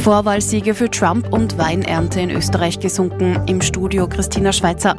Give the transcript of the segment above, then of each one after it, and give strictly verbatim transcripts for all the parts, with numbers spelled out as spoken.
Vorwahlsiege für Trump und Weinernte in Österreich gesunken. Im Studio Christina Schweizer.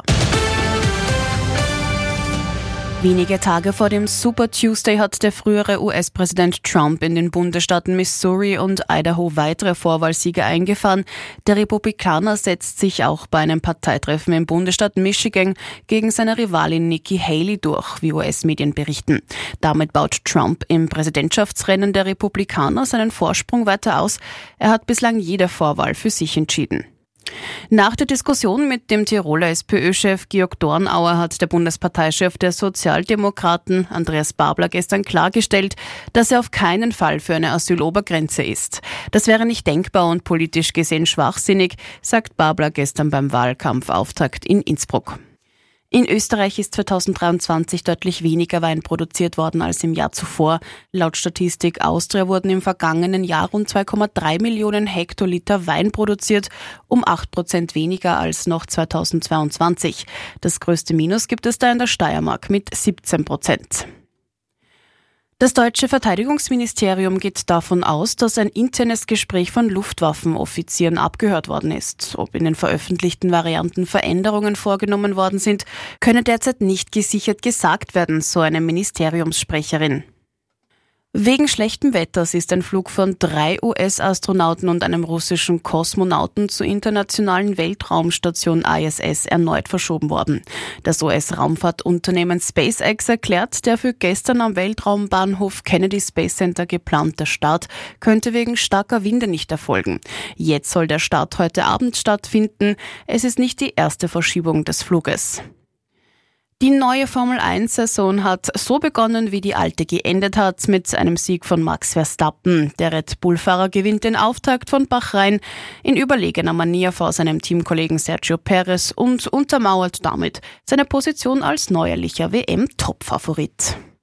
Wenige Tage vor dem Super Tuesday hat der frühere U S-Präsident Trump in den Bundesstaaten Missouri und Idaho weitere Vorwahlsiege eingefahren. Der Republikaner setzt sich auch bei einem Parteitreffen im Bundesstaat Michigan gegen seine Rivalin Nikki Haley durch, wie U S-Medien berichten. Damit baut Trump im Präsidentschaftsrennen der Republikaner seinen Vorsprung weiter aus. Er hat bislang jede Vorwahl für sich entschieden. Nach der Diskussion mit dem Tiroler SPÖ-Chef Georg Dornauer hat der Bundesparteichef der Sozialdemokraten Andreas Babler gestern klargestellt, dass er auf keinen Fall für eine Asylobergrenze ist. Das wäre nicht denkbar und politisch gesehen schwachsinnig, sagt Babler gestern beim Wahlkampfauftakt in Innsbruck. In Österreich ist zweitausenddreiundzwanzig deutlich weniger Wein produziert worden als im Jahr zuvor. Laut Statistik Austria wurden im vergangenen Jahr rund zwei Komma drei Millionen Hektoliter Wein produziert, um acht Prozent weniger als noch zweitausendzweiundzwanzig. Das größte Minus gibt es da in der Steiermark mit siebzehn Prozent. Das deutsche Verteidigungsministerium geht davon aus, dass ein internes Gespräch von Luftwaffenoffizieren abgehört worden ist. Ob in den veröffentlichten Varianten Veränderungen vorgenommen worden sind, könne derzeit nicht gesichert gesagt werden, so eine Ministeriumssprecherin. Wegen schlechtem Wetters ist ein Flug von drei U S-Astronauten und einem russischen Kosmonauten zur internationalen Weltraumstation I S S erneut verschoben worden. Das U S-Raumfahrtunternehmen SpaceX erklärt, der für gestern am Weltraumbahnhof Kennedy Space Center geplante Start könnte wegen starker Winde nicht erfolgen. Jetzt soll der Start heute Abend stattfinden. Es ist nicht die erste Verschiebung des Fluges. Die neue Formel eins Saison hat so begonnen, wie die alte geendet hat, mit einem Sieg von Max Verstappen. Der Red Bull-Fahrer gewinnt den Auftakt von Bahrain in überlegener Manier vor seinem Teamkollegen Sergio Perez und untermauert damit seine Position als neuerlicher W M-Topfavorit.